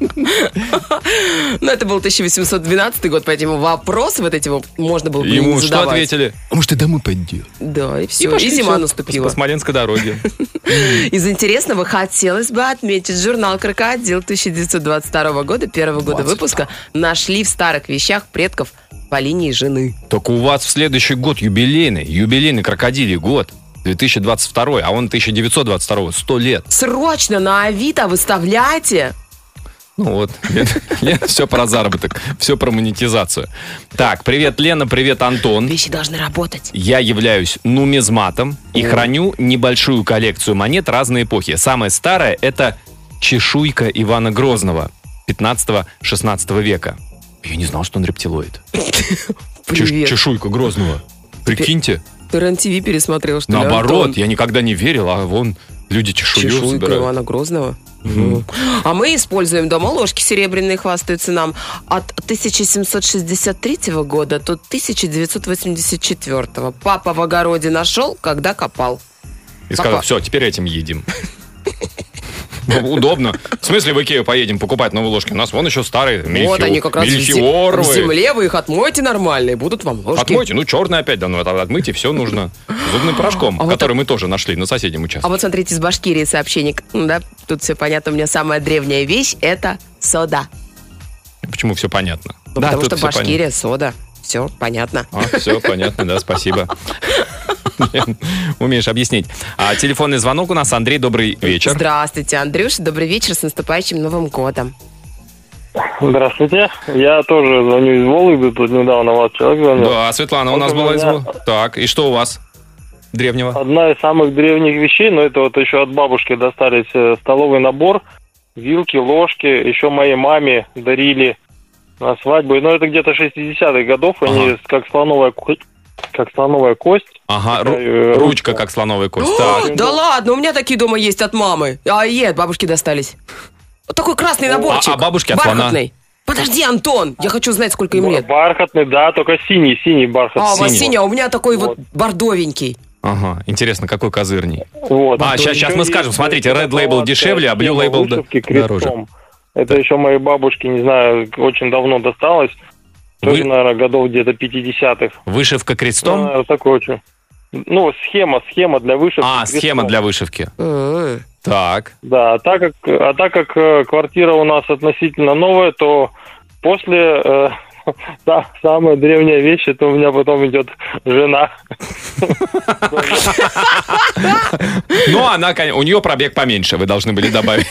Speaker 4: Это был 1812 год, поэтому вопросы вот эти можно было бы не
Speaker 3: Ему
Speaker 4: задавать.
Speaker 3: что ответили? А может, ты домой пойдешь?
Speaker 4: Да, и все. И зима наступила.
Speaker 3: По Смоленской дороге.
Speaker 4: Из интересного хотелось бы отметить журнал «Крокодил» 1922 года, первого года выпуска. Нашли в старых вещах предков по линии жены.
Speaker 3: Только у вас в следующий год юбилейный крокодилий год. 2022, а он 1922, 100 лет.
Speaker 4: Срочно на Авито выставляйте.
Speaker 3: Лена, все про заработок, все про монетизацию. Так, привет, Лена, привет, Антон.
Speaker 4: Вещи должны работать.
Speaker 3: Я являюсь нумизматом и храню небольшую коллекцию монет разной эпохи. Самая старая — это чешуйка Ивана Грозного 15-16 века. Я не знал, что он рептилоид. Чешуйка Грозного. Прикиньте.
Speaker 4: Ты РЕН-ТВ пересмотрел, что ли,
Speaker 3: Наоборот,
Speaker 4: Антон?
Speaker 3: я никогда не верил, а вон люди чешую
Speaker 4: Чешуйка
Speaker 3: собирают.
Speaker 4: Ивана Грозного. А мы используем дома ложки серебряные, хвастаются нам, от 1763 года до 1984. Папа в огороде нашел, когда копал.
Speaker 3: И сказал, все, теперь этим едим. Удобно. В смысле в Икею поедем покупать новые ложки? У нас вон еще старые.
Speaker 4: Вот они как раз в земле, вы их отмойте нормально, и будут вам ложки.
Speaker 3: Отмойте, черные опять, да, отмыть, и все нужно. Зубным порошком, который мы тоже нашли на соседнем участке.
Speaker 4: А вот смотрите, из Башкирии сообщение. Да, тут все понятно, у меня самая древняя вещь — это сода.
Speaker 3: Почему все понятно?
Speaker 4: Потому что Башкирия, сода. Все понятно.
Speaker 3: Все понятно, да, спасибо. Умеешь объяснить. Телефонный звонок у нас. Андрей, добрый вечер.
Speaker 4: Здравствуйте, Андрюш. Добрый вечер, с наступающим Новым годом.
Speaker 10: Здравствуйте. Я тоже звоню из Вологды. Тут недавно вас человек звонил.
Speaker 3: Да, Светлана у нас была из Вологды. Так, и что у вас древнего?
Speaker 10: Одна из самых древних вещей, но это вот еще от бабушки достались, столовый набор, вилки, ложки. Еще моей маме дарили на свадьбу. Но это где-то 60-х годов. Они как слоновая кость.
Speaker 3: Ага, ручка как слоновая кость.
Speaker 4: Да ладно, у меня такие дома есть от мамы. От бабушки достались. Такой красный наборчик.
Speaker 3: А бабушки от слона?
Speaker 4: Подожди, Антон, я хочу знать, сколько им лет.
Speaker 10: Barхатный, да, только синий бархат.
Speaker 4: У вас синий, а у меня такой вот бордовенький.
Speaker 3: Ага, интересно, какой козырний.
Speaker 10: Вот.
Speaker 3: Сейчас мы скажем, смотрите, Red Label дешевле, а Blue Label дороже.
Speaker 10: Это еще моей бабушке, не знаю, очень давно досталось. Тоже, наверное, годов где-то 50-х.
Speaker 3: Вышивка крестом?
Speaker 10: Наверное, такой очень. Схема для вышивки.
Speaker 3: Схема для вышивки. Так.
Speaker 10: Да, так как квартира у нас относительно новая, то после самая древняя вещь, это у меня потом идет жена.
Speaker 3: Ну, у нее пробег поменьше, вы должны были добавить.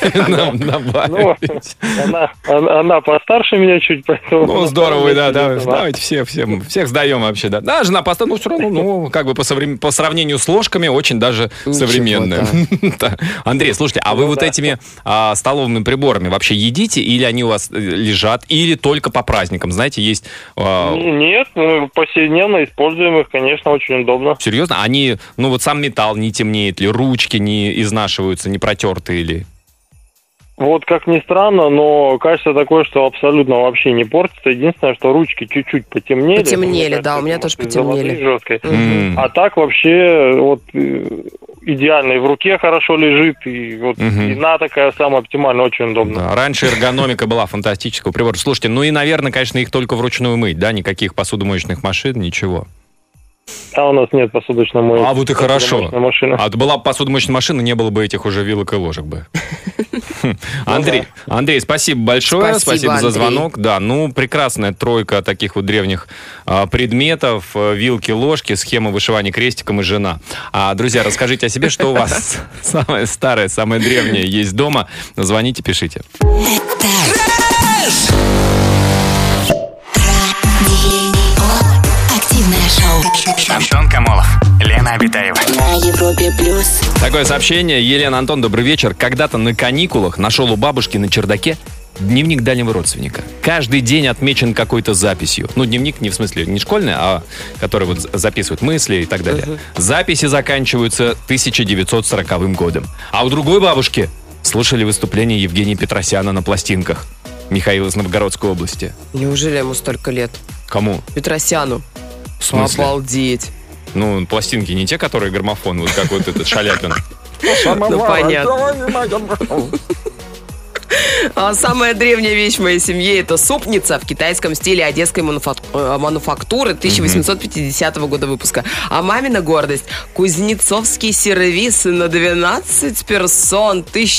Speaker 10: Она постарше меня чуть, поэтому...
Speaker 3: Ну, здорово, да, давайте всех сдаем вообще, да. Да, жена постарше, ну, все равно, как бы по сравнению с ложками, очень даже современная. Андрей, слушайте, а вы вот этими столовыми приборами вообще едите, или они у вас лежат, или только по праздникам? Знаете, есть...
Speaker 10: Нет, мы повседневно используем их, конечно, очень удобно.
Speaker 3: Серьезно? Они, ну вот сам металл не темнеет ли, ручки не изнашиваются, не протертые ли?
Speaker 10: Вот как ни странно, но качество такое, что абсолютно вообще не портится. Единственное, что ручки чуть-чуть потемнели.
Speaker 4: Потемнели, да, у меня тоже потемнели.
Speaker 10: Жесткой. А так вообще вот идеально. И в руке хорошо лежит, и вот длина такая самая оптимальная, очень удобно.
Speaker 3: Да, раньше эргономика была фантастическая у прибора. Слушайте, ну и, наверное, конечно, их только вручную мыть, да? Никаких посудомоечных машин, ничего.
Speaker 10: А у нас нет посудочной машины.
Speaker 3: А вот и хорошо. А была бы посудомоечная машина, не было бы этих уже вилок и ложек бы. Андрей, спасибо большое. Спасибо за звонок. Да, ну, прекрасная тройка таких вот древних предметов. Вилки, ложки, схема вышивания крестиком и жена. Друзья, расскажите о себе, что у вас самое старое, самое древнее есть дома. Звоните, пишите.
Speaker 6: Антон Камолов, Лена Обитаева.
Speaker 2: На Европе Плюс.
Speaker 3: Такое сообщение. Елена, Антон, добрый вечер. Когда-то на каникулах нашел у бабушки на чердаке дневник дальнего родственника. Каждый день отмечен какой-то записью. Ну, дневник не в смысле не школьный, а который вот записывает мысли и так далее. Записи заканчиваются 1940 годом. А у другой бабушки слушали выступление Евгения Петросяна на пластинках. Михаил из Новгородской области.
Speaker 4: Неужели ему столько лет?
Speaker 3: Кому?
Speaker 4: Pетросяну.
Speaker 3: В смысле?
Speaker 4: Обалдеть.
Speaker 3: Ну, пластинки не те, которые граммофон, вот как вот этот Шаляпин.
Speaker 4: Ну, понятно. Самая древняя вещь в моей семье – это супница в китайском стиле одесской мануфактуры 1850 года выпуска. А мамина гордость – кузнецовский сервиз на 12 персон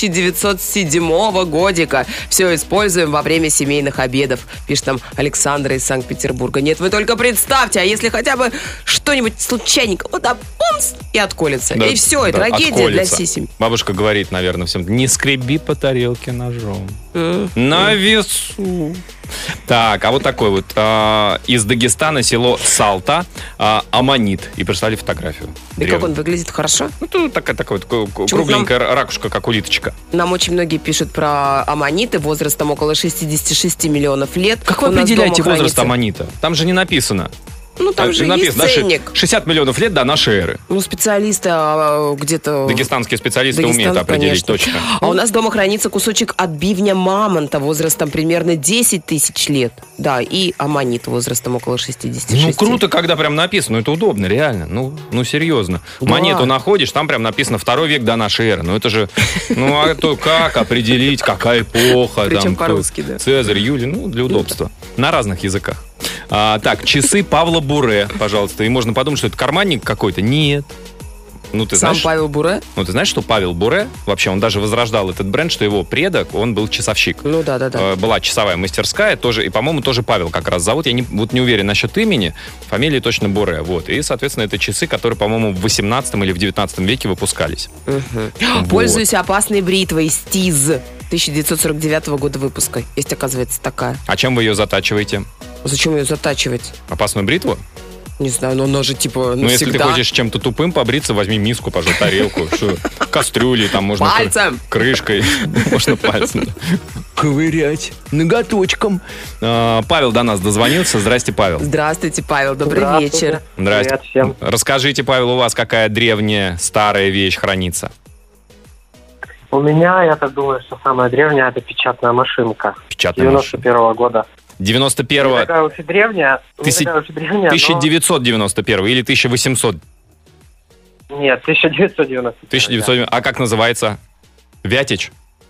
Speaker 4: 1907 годика. Все используем во время семейных обедов, пишет нам Александра из Санкт-Петербурга. Нет, вы только представьте, а если хотя бы что-нибудь случайненько, вот бумс, и отколется. Да, и все, и да, трагедия отколется. Для всей семьи.
Speaker 3: Бабушка говорит, наверное, всем, не скреби по тарелке ножом. На весу. Так, а вот такой вот. Из Дагестана село Салта, аммонит. И прислали фотографию.
Speaker 4: И как он выглядит? Хорошо?
Speaker 3: Ну, такая вот кругленькая ракушка, как улиточка.
Speaker 4: Нам очень многие пишут про аммониты возрастом около 66 миллионов лет.
Speaker 3: Как вы определяете возраст аммонита? Там же не написано.
Speaker 4: Ну, там же есть ценник.
Speaker 3: 60 миллионов лет до нашей эры.
Speaker 4: Ну, специалисты где-то...
Speaker 3: Дагестанские специалисты умеют определить, конечно. Точно.
Speaker 4: А у нас дома хранится кусочек от бивня мамонта возрастом примерно 10 тысяч лет. Да, и аммонит возрастом около 66.
Speaker 3: Ну, круто, когда прям написано. Это удобно, реально. Ну серьезно. Да. Монету находишь, там прям написано 2 век до нашей эры. Ну, это же... Ну, а то как определить, какая эпоха?
Speaker 4: Причем по-русски, да.
Speaker 3: Цезарь, Юлий, ну, для удобства. На разных языках. Так, часы Павла Буре, пожалуйста. И можно подумать, что это карманник какой-то. Нет. Ну, ты
Speaker 4: Сам
Speaker 3: знаешь,
Speaker 4: Павел Буре?
Speaker 3: Ну, ты знаешь, что Павел Буре, вообще, он даже возрождал этот бренд, что его предок, он был часовщик.
Speaker 4: Ну, да.
Speaker 3: Была часовая мастерская, тоже, и, по-моему, тоже Павел как раз зовут. Я не уверен насчет имени, фамилия точно Буре. Вот. И, соответственно, это часы, которые, по-моему, в 18 или в 19 веке выпускались.
Speaker 4: Вот. Пользуюсь опасной бритвой Стиз 1949 года выпуска. Есть, оказывается, такая.
Speaker 3: А чем вы ее затачиваете?
Speaker 4: Зачем ее затачивать?
Speaker 3: Опасную бритву?
Speaker 4: Не знаю, но она же типа навсегда.
Speaker 3: Ну, если ты хочешь чем-то тупым побриться, возьми миску, пожалуйста, тарелку, кастрюли, там можно...
Speaker 4: Пальцем!
Speaker 3: Крышкой. Можно пальцем. Ковырять ноготочком. Павел до нас дозвонился. Здрасте, Павел.
Speaker 4: Здравствуйте, Павел. Добрый вечер.
Speaker 3: Здрасте. Привет всем. Расскажите, Павел, у вас какая древняя, старая вещь хранится?
Speaker 11: У меня, я так думаю, что самая древняя — это печатная машинка.
Speaker 3: Печатная
Speaker 11: 91-го года.
Speaker 3: 91-го...
Speaker 11: Не такая уж и древняя.
Speaker 3: 1991 или 1800?
Speaker 11: Нет, 1991.
Speaker 3: 1990. А как называется? Вятич?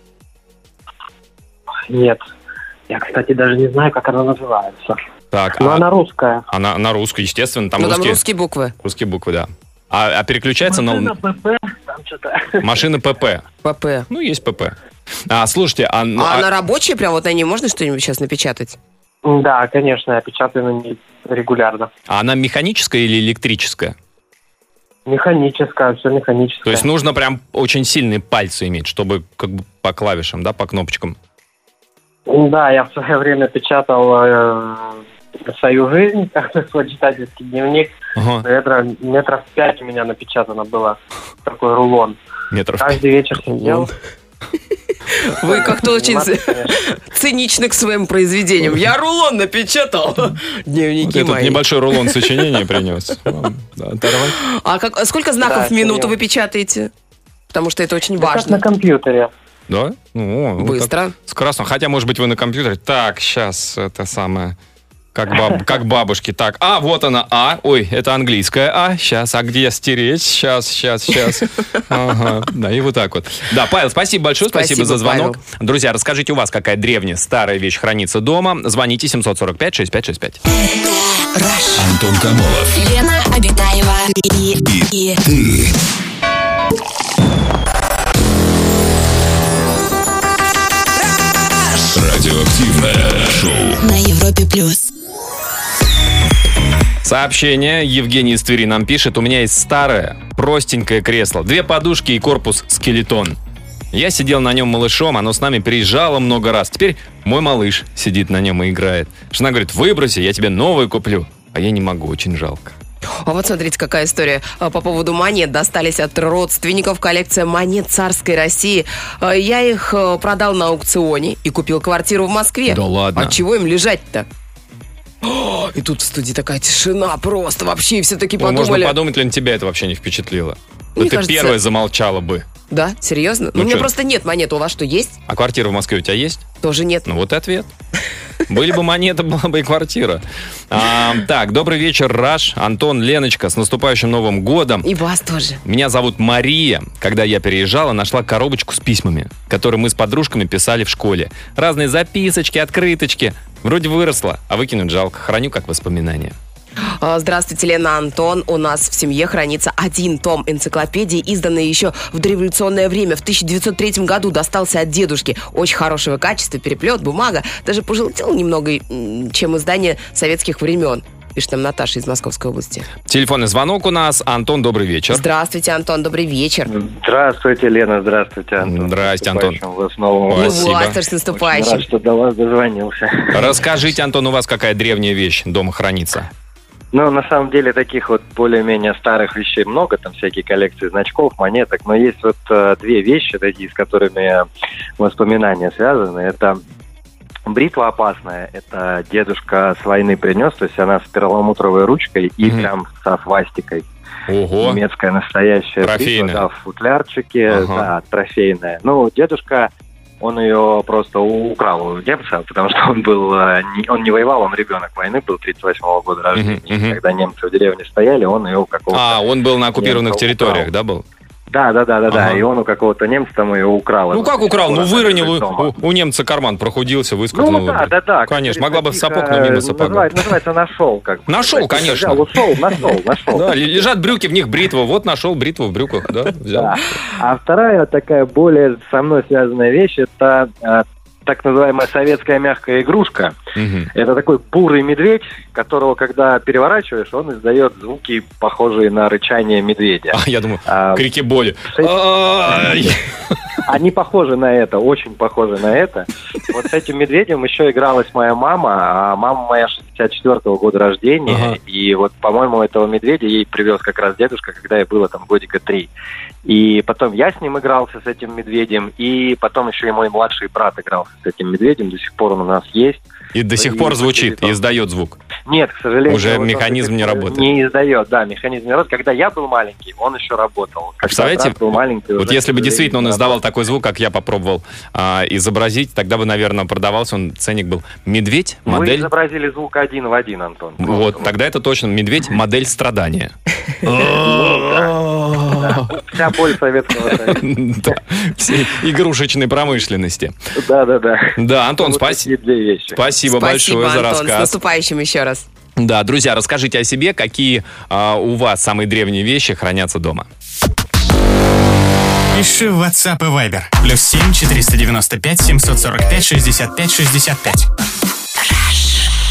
Speaker 11: Нет. Я, кстати, даже не знаю, как она называется.
Speaker 3: Так,
Speaker 11: но она русская.
Speaker 3: Она на русскую, естественно. Там
Speaker 4: русские буквы.
Speaker 3: Русские буквы, да. А переключается
Speaker 11: машина
Speaker 3: на...
Speaker 11: ПП, там что-то.
Speaker 3: Машина ПП.
Speaker 4: ПП.
Speaker 3: Ну, есть ПП. Слушайте,
Speaker 4: она рабочая прям? Вот на ней можно что-нибудь сейчас напечатать?
Speaker 11: Да, конечно, я печатаю на ней регулярно.
Speaker 3: А она механическая или электрическая?
Speaker 11: Механическая, все механическое.
Speaker 3: То есть нужно прям очень сильные пальцы иметь, чтобы как бы по клавишам, да, по кнопочкам?
Speaker 11: Да, я в свое время печатал свою жизнь, свой читательский дневник. Ага. Метров 5 у меня напечатано было. Такой рулон.
Speaker 3: Метров
Speaker 11: Каждый вечер сидел.
Speaker 4: Вы как-то очень циничны к своим произведениям. Я рулон напечатал. Дневники
Speaker 3: мои. Этот небольшой рулон сочинений принес.
Speaker 4: А сколько знаков в минуту вы печатаете? Потому что это очень важно.
Speaker 11: Как на компьютере.
Speaker 3: Да?
Speaker 4: Быстро.
Speaker 3: Прекрасно. Хотя, может быть, вы на компьютере. Так, сейчас это самое... Как бабушки. Так, вот она, Ой, это английская Сейчас, а где стереть? Сейчас. Ага, да, и вот так вот. Да, Павел, спасибо большое, спасибо за звонок. Павел. Друзья, расскажите, у вас какая древняя, старая вещь хранится дома. Звоните 745-6565.
Speaker 1: Антон Камолов.
Speaker 2: Лена Обитаева. И
Speaker 1: ты. Радиоактивное шоу
Speaker 2: на Европе плюс.
Speaker 3: Сообщение. Евгений из Твери нам пишет. У меня есть старое, простенькое кресло. 2 подушки и корпус скелетон. Я сидел на нем малышом, оно с нами приезжало много раз. Теперь мой малыш сидит на нем и играет. Жена говорит, выброси, я тебе новое куплю. А я не могу, очень жалко.
Speaker 4: А вот смотрите, какая история по поводу монет. Достались от родственников коллекция монет царской России. Я их продал на аукционе и купил квартиру в Москве.
Speaker 3: Да ладно?
Speaker 4: А чего им лежать-то? И тут в студии такая тишина просто вообще, и все таки подумали...
Speaker 3: Можно подумать, ли на тебя это вообще не впечатлило?
Speaker 4: Мне
Speaker 3: ты
Speaker 4: кажется...
Speaker 3: первая замолчала бы.
Speaker 4: Да? Серьезно? У меня просто нет монет. У вас что, есть?
Speaker 3: А квартира в Москве у тебя есть?
Speaker 4: Тоже нет.
Speaker 3: Ну вот и ответ. Были бы монеты, была бы и квартира. Так, добрый вечер, Раш, Антон, Леночка, с наступающим Новым годом.
Speaker 4: И вас тоже.
Speaker 3: Меня зовут Мария. Когда я переезжала, нашла коробочку с письмами, которые мы с подружками писали в школе. Разные записочки, открыточки. Вроде выросла, а выкинуть жалко. Храню как воспоминания.
Speaker 4: Здравствуйте, Лена, Антон. У нас в семье хранится 1 том энциклопедии, изданный еще в дореволюционное время. В 1903 году достался от дедушки. Очень хорошего качества, переплет, бумага. Даже пожелтел немного, чем издание советских времен. Пишет нам Наташа из Московской области.
Speaker 3: Телефонный звонок у нас. Антон, добрый вечер.
Speaker 4: Здравствуйте, Антон, добрый вечер.
Speaker 11: Здравствуйте, Лена, здравствуйте, Антон.
Speaker 3: Здрасте, Антон.
Speaker 4: Спасибо. Вас тоже с наступающим.
Speaker 11: Рад, что до вас дозвонился.
Speaker 3: Расскажите, Антон, у вас какая древняя вещь дома хранится?
Speaker 11: Ну, на самом деле, таких вот более-менее старых вещей много, там всякие коллекции значков, монеток, но есть вот 2 вещи, такие, с которыми воспоминания связаны. Это бритва опасная, это дедушка с войны принес, то есть она с перламутровой ручкой и прям со свастикой.
Speaker 3: Ого.
Speaker 11: Немецкая настоящая
Speaker 3: трофейная.
Speaker 11: бритва, да, в футлярчике, да, трофейная. Ну, дедушка... Он ее просто украл у немца, потому что он не воевал, он ребенок войны, был 38-го года рождения. Когда немцы в деревне стояли, он ее у какого-то...
Speaker 3: он был на оккупированных территориях, да, был?
Speaker 11: Да, и он у какого-то немца там ее украл.
Speaker 3: Ну как украл? Ну выронил, у немца карман прохудился, выскользнул.
Speaker 11: Ну да.
Speaker 3: Конечно, могла бы в сапог, но мимо сапога.
Speaker 11: Называется нашел.
Speaker 3: Нашел, конечно.
Speaker 11: Нашел.
Speaker 3: Да, лежат брюки, в них бритва, вот нашел бритву в брюках, да, взял.
Speaker 11: Да. А вторая такая более со мной связанная вещь, это так называемая советская мягкая игрушка. Это такой бурый медведь, которого, когда переворачиваешь, он издает звуки, похожие на рычание медведя.
Speaker 3: Я думаю, крики боли.
Speaker 11: Они похожи на это, очень похожи на это. Вот с этим медведем еще игралась моя мама, а мама моя 64-го года рождения, и вот, по-моему, этого медведя ей привез как раз дедушка, когда ей было там годика 3. И потом я с ним игрался, с этим медведем, и потом еще и мой младший брат игрался с этим медведем, до сих пор он у нас есть.
Speaker 3: И до сих пор звучит, и издает звук.
Speaker 11: Нет, к сожалению.
Speaker 3: Уже механизм не работает.
Speaker 11: Не издает, да, механизм не работает. Когда я был маленький, он еще работал.
Speaker 3: Представляете,
Speaker 11: был маленький,
Speaker 3: вот если бы действительно он издавал такой звук, как я попробовал изобразить, тогда бы, наверное, продавался, ценник был. Медведь, модель...
Speaker 11: Вы изобразили звук 1 в 1, Антон.
Speaker 3: Вот, тогда это точно медведь, модель страдания.
Speaker 11: Вся боль Советского Союза.
Speaker 3: Всей игрушечной промышленности.
Speaker 11: Да.
Speaker 3: Да, Антон, спасибо большое за рассказ.
Speaker 4: С наступающим еще раз.
Speaker 3: Да, друзья, расскажите о себе, какие у вас самые древние вещи хранятся дома.
Speaker 6: Пиши в WhatsApp и Viber. +7 495 745 65 65.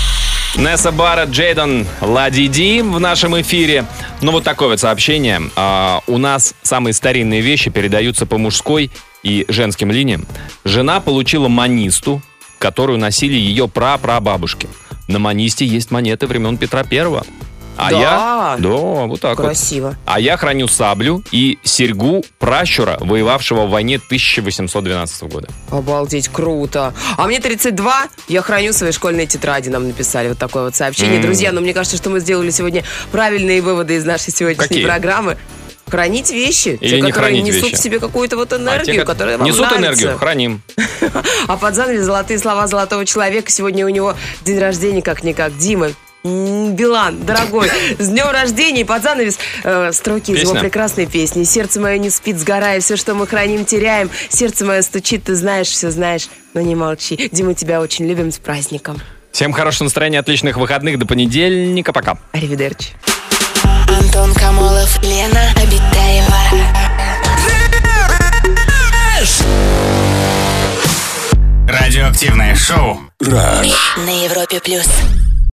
Speaker 3: Несса Барретт, Джейдон Ладиди в нашем эфире. Ну, вот такое вот сообщение. У нас самые старинные вещи передаются по мужской и женским линиям. Жена получила манисту, которую носили ее прапрабабушки. На манисте есть монеты времен Петра Первого. Да, вот так
Speaker 4: красиво.
Speaker 3: Вот. А я храню саблю и серьгу пращура, воевавшего в войне 1812 года.
Speaker 4: Обалдеть, круто. А мне 32, я храню свои школьные тетради, нам написали вот такое вот сообщение. Друзья, мне кажется, что мы сделали сегодня правильные выводы из нашей сегодняшней программы. Хранить вещи,
Speaker 3: или
Speaker 4: те, которые несут
Speaker 3: вещи
Speaker 4: в себе какую-то вот энергию, которая вам
Speaker 3: несут
Speaker 4: нравится.
Speaker 3: Энергию, храним.
Speaker 4: А под занавес золотые слова золотого человека. Сегодня у него день рождения, как-никак. Дима Билан, дорогой, с днем рождения. И под занавес строки из его прекрасной песни. Сердце мое не спит, сгорая, все, что мы храним, теряем. Сердце мое стучит, ты знаешь, все знаешь, но не молчи. Дима, тебя очень любим, с праздником.
Speaker 3: Всем хорошего настроения, отличных выходных, до понедельника, пока.
Speaker 4: Аривидерчи.
Speaker 2: Антон Камолов, Лена Обитаева.
Speaker 6: Радиоактивное шоу
Speaker 2: на Европе+.